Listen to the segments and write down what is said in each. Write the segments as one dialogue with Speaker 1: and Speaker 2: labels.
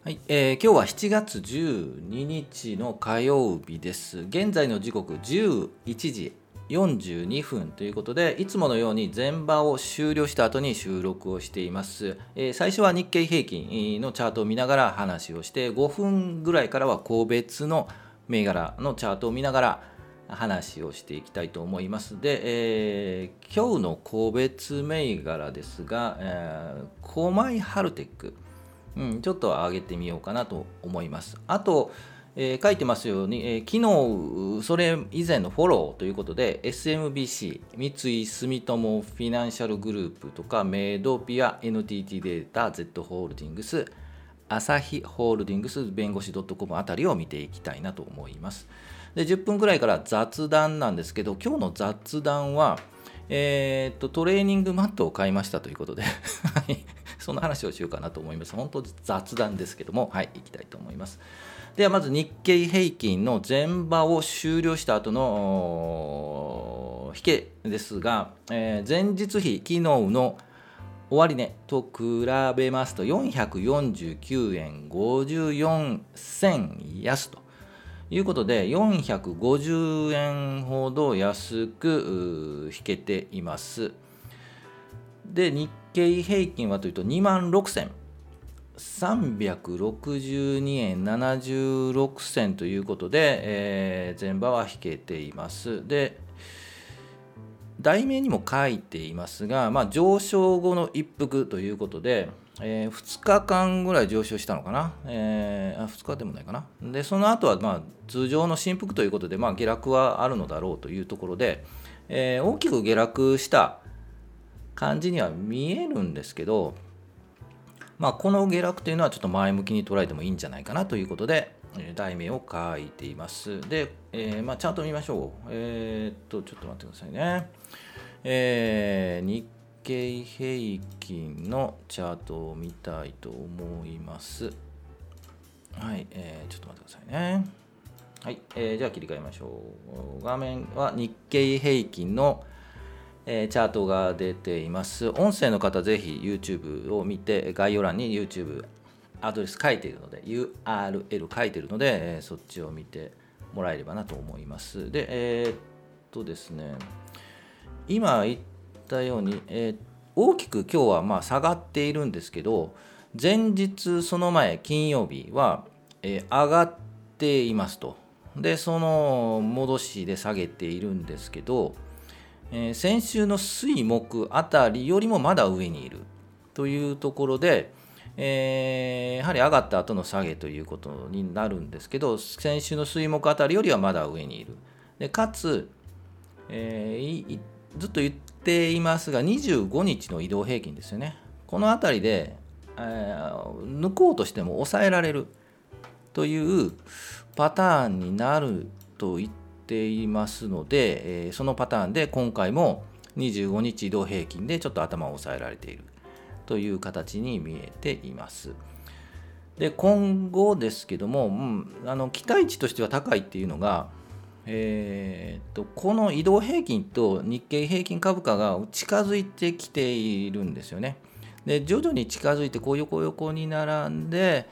Speaker 1: はい、今日は7月12日の火曜日です。現在の時刻11時42分ということで、いつものように前場を終了した後に収録をしています。最初は日経平均のチャートを見ながら話をして、5分ぐらいからは個別の銘柄のチャートを見ながら話をしていきたいと思います。で、今日の個別銘柄ですが、コマイハルテック、ちょっと上げてみようかなと思います。あと、書いてますように、昨日それ以前のフォローということで SMBC、三井住友フィナンシャルグループとかメイドピア、NTT データ、Z ホールディングス、朝日ホールディングス、弁護士 .com あたりを見ていきたいなと思います。で、10分くらいから雑談なんですけど、今日の雑談はトレーニングマットを買いましたということでその話をしようかなと思います。本当雑談ですけども、はい、いきたいと思います。ではまず日経平均の前場を終了した後の引けですが、前日比、昨日の終値と比べますと449円54銭安ということで、450円ほど安く引けています。で、日経平均はというと26,362円76銭ということで、前場は引けています。で、題名にも書いていますが、上昇後の一服ということで、2日間ぐらい上昇したのかな、2日でもないかな。で、その後は通常の振幅ということで、下落はあるのだろうというところで、大きく下落した感じには見えるんですけど、この下落というのはちょっと前向きに捉えてもいいんじゃないかなということで、題名を書いています。で、チャート見ましょう。ちょっと待ってくださいね。日経平均のチャートを見たいと思います。はい、ちょっと待ってくださいね。はい、じゃあ切り替えましょう。画面は日経平均のチャートが出ています。音声の方、ぜひ YouTube を見て、概要欄に YouTube アドレス書いているので、URL 書いているので、そっちを見てもらえればなと思います。で、ですね、今言ったように、大きく今日は下がっているんですけど、前日、その前、金曜日は、上がっていますと。で、その戻しで下げているんですけど、先週の水木あたりよりもまだ上にいるというところで、やはり上がった後の下げということになるんですけど、先週の水木あたりよりはまだ上にいる。でかつ、ずっと言っていますが、25日の移動平均ですよね。このあたりで、抜こうとしても抑えられるというパターンになると言っていますので、そのパターンで今回も25日移動平均でちょっと頭を抑えられているという形に見えています。で、今後ですけども、期待値としては高いっていうのが、この移動平均と日経平均株価が近づいてきているんですよね。で、徐々に近づいて横に並んで、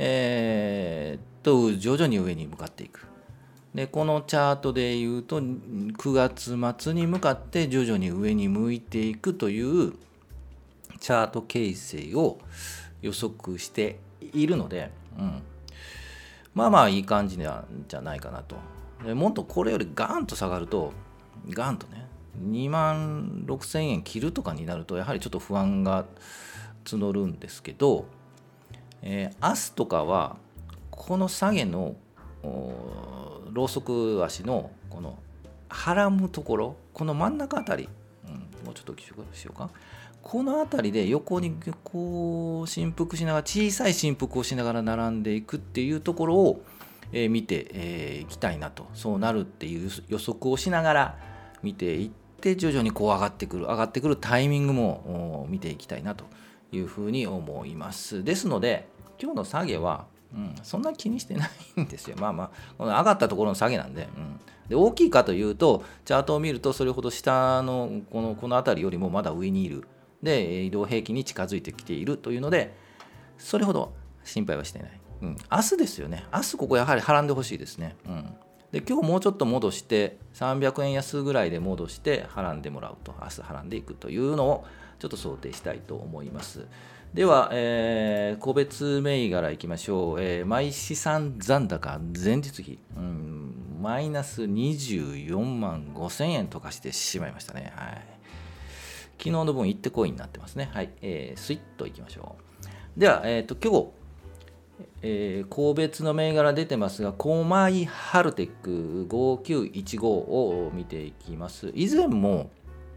Speaker 1: 徐々に上に向かっていく。で、このチャートでいうと9月末に向かって徐々に上に向いていくというチャート形成を予測しているので、いい感じなんじゃないかなと。でもっとこれよりガーンと下がると、ガーンとね、26,000円切るとかになると、やはりちょっと不安が募るんですけど、明日とかは、この下げのローソク足のこのはらむところ、この真ん中あたり、もうちょっとしようか。このあたりで横にこう振幅しながら、小さい振幅をしながら並んでいくっていうところを見ていきたいなと。そうなるっていう予測をしながら見ていって、徐々にこう上がってくるタイミングも見ていきたいなというふうに思います。ですので今日の下げは、そんな気にしてないんですよ。この上がったところの下げなんで、で大きいかというと、チャートを見るとそれほど下のこの辺りよりもまだ上にいる。で、移動平均に近づいてきているというので、それほど心配はしていない。 明日ですよね。明日ここやはりはらんでほしいですね。で今日もうちょっと戻して300円安ぐらいで戻してはらんでもらうと、明日はらんでいくというのをちょっと想定したいと思います。では、個別銘柄いきましょう。毎資産残高前日比、マイナス24万5000円とかしてしまいましたね。はい、昨日の分行ってこいになってますね。はい、スイッといきましょう。では、今日個別の銘柄出てますが、コマイハルテック5915を見ていきます。以前も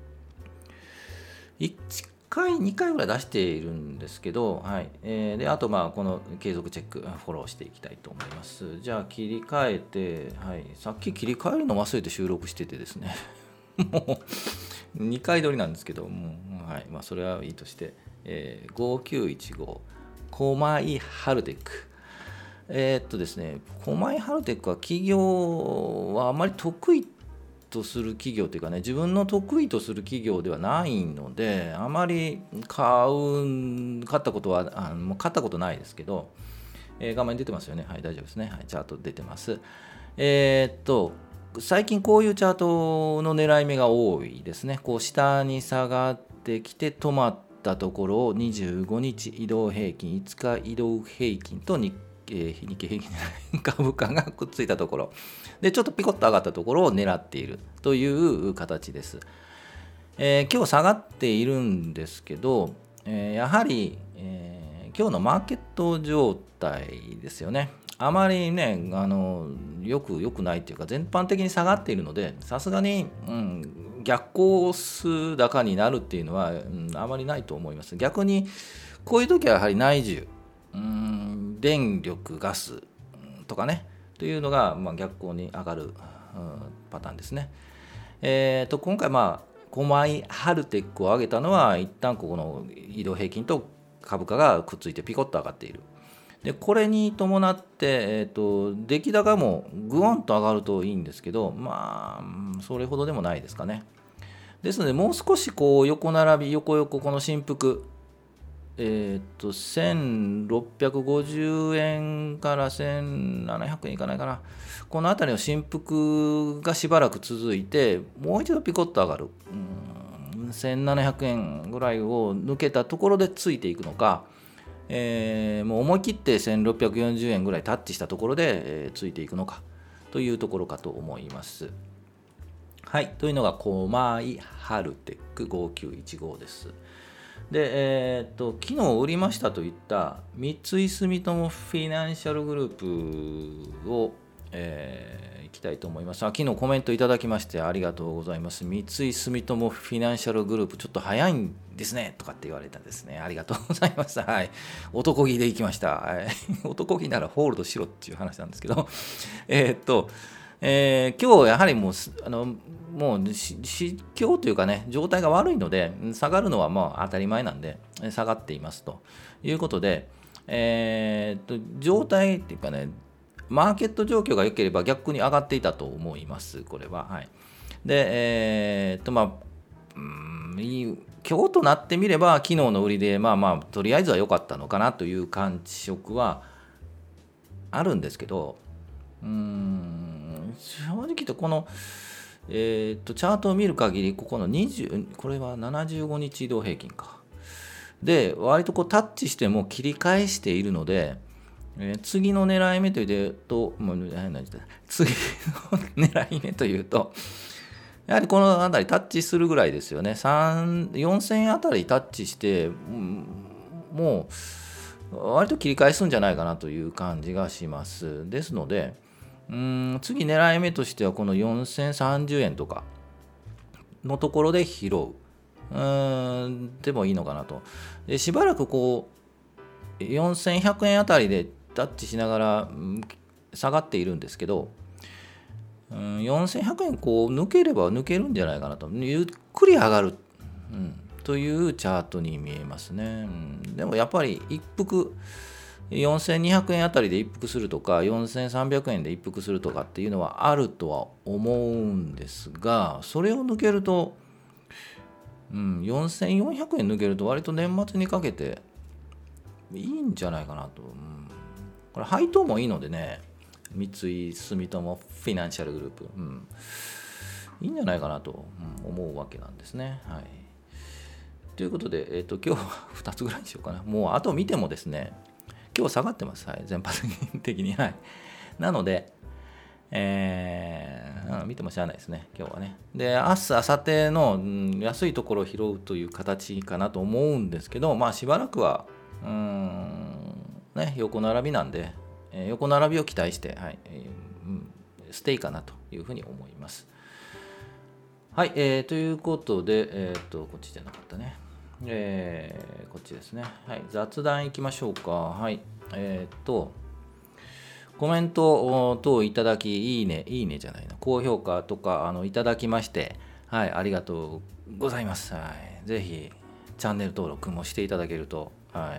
Speaker 1: 1回、2回ぐらい出しているんですけど、はいであとこの継続チェック、フォローしていきたいと思います。じゃあ切り替えて、さっき切り替えるの忘れて収録しててですね、もう2回撮りなんですけど、それはいいとして、5915コマイハルテック。ですね、コマイハルテックは企業はあまり得意とする企業というかね、自分の得意とする企業ではないので、あまり買ったことはもう買ったことないですけど、画面出てますよね。はい、大丈夫ですね。はい、チャート出てます。最近こういうチャートの狙い目が多いですね。こう下に下がってきて止まったところを25日移動平均、5日移動平均と日経平均株価がくっついたところでちょっとピコッと上がったところを狙っているという形です。今日下がっているんですけど、やはり、今日のマーケット状態ですよね。あまりねよくないというか、全般的に下がっているので、さすがに、逆コース高になるっていうのは、あまりないと思います。逆にこういう時はやはり内需、電力ガスとかねというのが、逆行に上がる、パターンですね。今回コマイハルテックを上げたのは、一旦ここの移動平均と株価がくっついてピコッと上がっている。でこれに伴って、出来高もグワンと上がるといいんですけど、それほどでもないですかね。ですので、もう少しこう横並び、横この振幅、1650円から1700円いかないかな、この辺りの振幅がしばらく続いて、もう一度ピコッと上がる、1700円ぐらいを抜けたところでついていくのか、もう思い切って1640円ぐらいタッチしたところで、ついていくのかというところかと思います。はい、というのがコマイハルテック5915です。で、昨日売りましたといった三井住友フィナンシャルグループを、いきたいと思います。昨日コメントいただきましてありがとうございます。三井住友フィナンシャルグループちょっと早いんですねとかって言われたんですね。ありがとうございました。はい、男気でいきました。はい、男気ならホールドしろっていう話なんですけど、今日やはりもう市況というかね、状態が悪いので、下がるのは当たり前なんで、下がっていますということで、状態っていうかね、マーケット状況が良ければ逆に上がっていたと思います、これは。はい、で、今日となってみれば、昨日の売りで、とりあえずは良かったのかなという感触はあるんですけど、正直言うとこの、チャートを見る限り、ここのこれは75日移動平均か。で、割とこうタッチしても切り返しているので、次の狙い目というと、次の狙い目というと、やはりこの辺りタッチするぐらいですよね。4000円あたりタッチして、もう割と切り返すんじゃないかなという感じがします。ですので、次狙い目としてはこの4030円とかのところで拾う。でもいいのかなと。でしばらくこう4100円あたりでタッチしながら下がっているんですけど、4100円こう抜ければ抜けるんじゃないかなと、ゆっくり上がる、というチャートに見えますね。でもやっぱり一服4200円あたりで一服するとか、4300円で一服するとかっていうのはあるとは思うんですが、それを抜けると、4400円抜けると割と年末にかけていいんじゃないかなと、 これ配当もいいのでね、三井住友フィナンシャルグループ、いいんじゃないかなと思うわけなんですね。はい、ということで、今日は2つぐらいにしようかな。もうあと見てもですね、今日下がってます、はい、全般的に。はい、なので、見てもしゃあないですね、今日はね。で、明日、明後日の、安いところを拾うという形かなと思うんですけど、まあしばらくは、横並びなんで、横並びを期待して、はい、ステイかなというふうに思います。はい、ということで、こっちじゃなかったね。こっちですね。はい、雑談いきましょうか。はい、コメント等いただき、いいねじゃないな、高評価とかいただきまして、はい、ありがとうございます。はい、ぜひ、チャンネル登録もしていただけると、はい、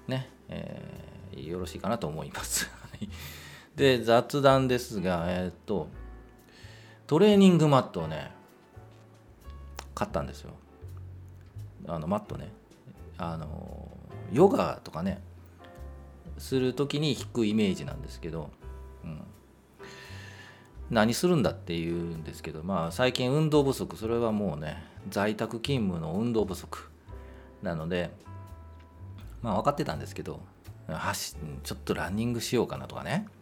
Speaker 1: ね、よろしいかなと思います。で、雑談ですが、トレーニングマットをね、買ったんですよ。マットね。ヨガとかね、するときに引くイメージなんですけど、何するんだっていうんですけど、まあ最近運動不足、それはもうね、在宅勤務の運動不足なので、まあ分かってたんですけど、ちょっとランニングしようかなとかね、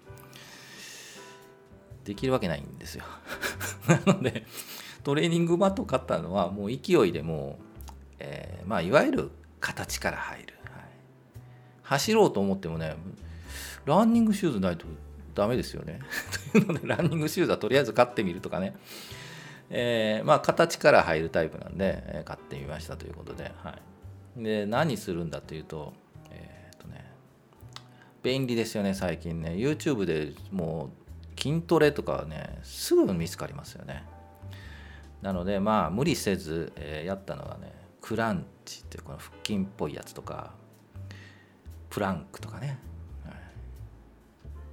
Speaker 1: できるわけないんですよ。なので、トレーニングマットを買ったのは、もう勢いでもう、まあいわゆる形から入る。はい、走ろうと思ってもね、ランニングシューズないとダメですよね。というので、ランニングシューズはとりあえず買ってみるとかね、まあ形から入るタイプなんで、買ってみましたということで、はい、で、何するんだというと、便利ですよね、最近ね。YouTube でもう筋トレとかね、すぐ見つかりますよね。なので、まあ無理せず、やったのはね、クランチっていうこの腹筋っぽいやつとか、プランクとかね、はい、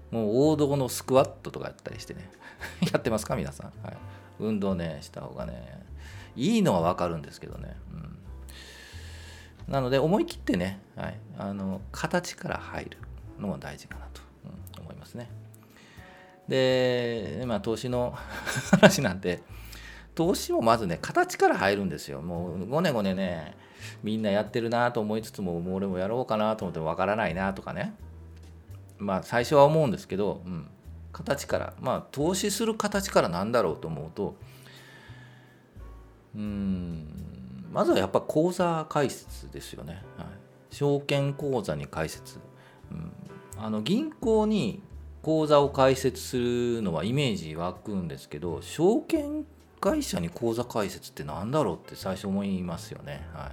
Speaker 1: もう王道のスクワットとかやったりしてね、やってますか皆さん。はい、運動ね、した方がね、いいのはわかるんですけどね。なので、思い切ってね、はい、形から入るのも大事かなと、思いますね。で、まあ、投資の話なんて、投資もまずね、形から入るんですよ。もうごねごねね、みんなやってるなと思いつつも、もう俺もやろうかなと思ってもわからないなとかね。まあ、最初は思うんですけど、形から、まあ、投資する形からなんだろうと思うと、まずはやっぱ口座開設ですよね。はい、証券口座に開設。銀行に口座を開設するのはイメージ湧くんですけど、証券会社に口座開設ってなんだろうって最初思いますよね。はい、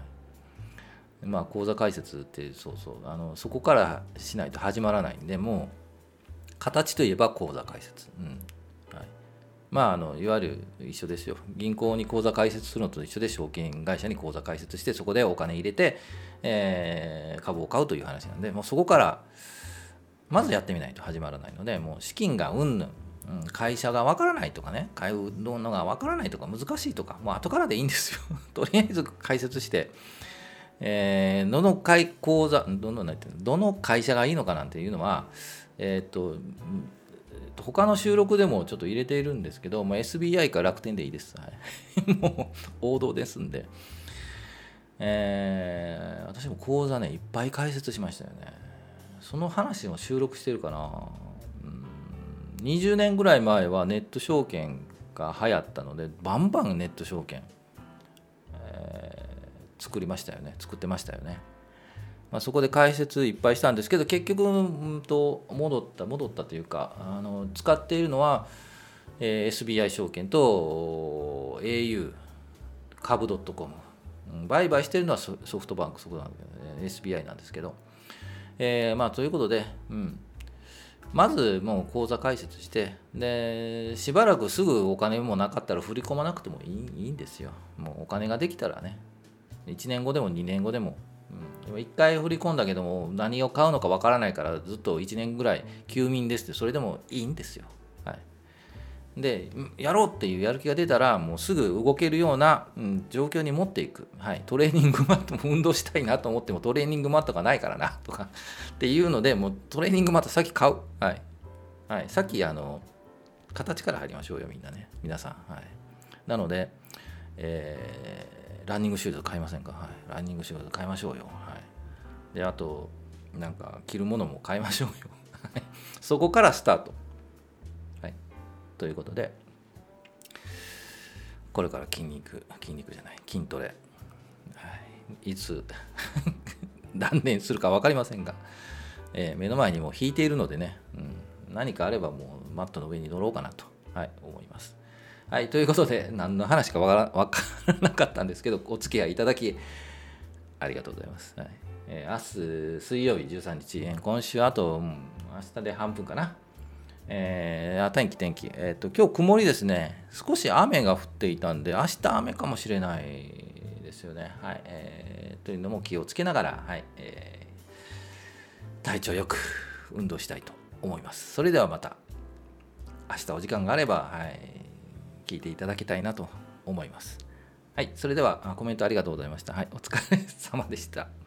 Speaker 1: まあ口座開設ってそこからしないと始まらないんで、もう形といえば口座開設。はい、まあいわゆる一緒ですよ。銀行に口座開設するのと一緒で、証券会社に口座開設して、そこでお金入れて、株を買うという話なんで、もうそこからまずやってみないと始まらないので、もう資金が会社がわからないとかね、買うのがわからないとか難しいとか、もう後からでいいんですよ。とりあえず開設して、どの会社がいいのかなんていうのは、他の収録でもちょっと入れているんですけど、もう SBI か楽天でいいです。はい、もう王道ですんで、私も口座ね、いっぱい開設しましたよね。その話も収録してるかな。20年ぐらい前はネット証券が流行ったので、バンバンネット証券、作ってましたよね。まあ、そこで解説いっぱいしたんですけど、結局戻ったというか、使っているのは、SBI 証券と au 株 .com、売買しているのはソフトバンク、SBI なんですけど、まあということで、まずもう口座開設して、でしばらくすぐお金もなかったら振り込まなくてもいいんですよ。もうお金ができたらね、1年後でも2年後でも、1回振り込んだけども何を買うのかわからないからずっと1年ぐらい休眠ですって、それでもいいんですよ。はい、 でやろうっていうやる気が出たらもうすぐ動けるような、状況に持っていく、はい、トレーニングマットも運動したいなと思ってもトレーニングマットがないからなとかっていうのでもうトレーニングマット先買う、はいはい、さっき形から入りましょうよみんなね皆さん、はい、なので、ランニングシューズ買いませんか、はい、ランニングシューズ買いましょうよ、はい、であとなんか着るものも買いましょうよそこからスタート、はい、ということでこれから筋肉じゃない筋トレ、はい、いつ断念するか分かりませんが、目の前にもう引いているのでね、何かあればもうマットの上に乗ろうかなと、はい、思います。はい、ということで何の話か分からなかったんですけどお付き合いいただきありがとうございます。はい、明日水曜日13日、今週あと、明日で半分かな。天気、今日曇りですね。少し雨が降っていたんで明日雨かもしれないですよね。はい、というのも気をつけながら、はい、体調よく運動したいと思います。それではまた明日お時間があれば、はい、聞いていただきたいなと思います。はい、それではコメントありがとうございました。はい、お疲れ様でした。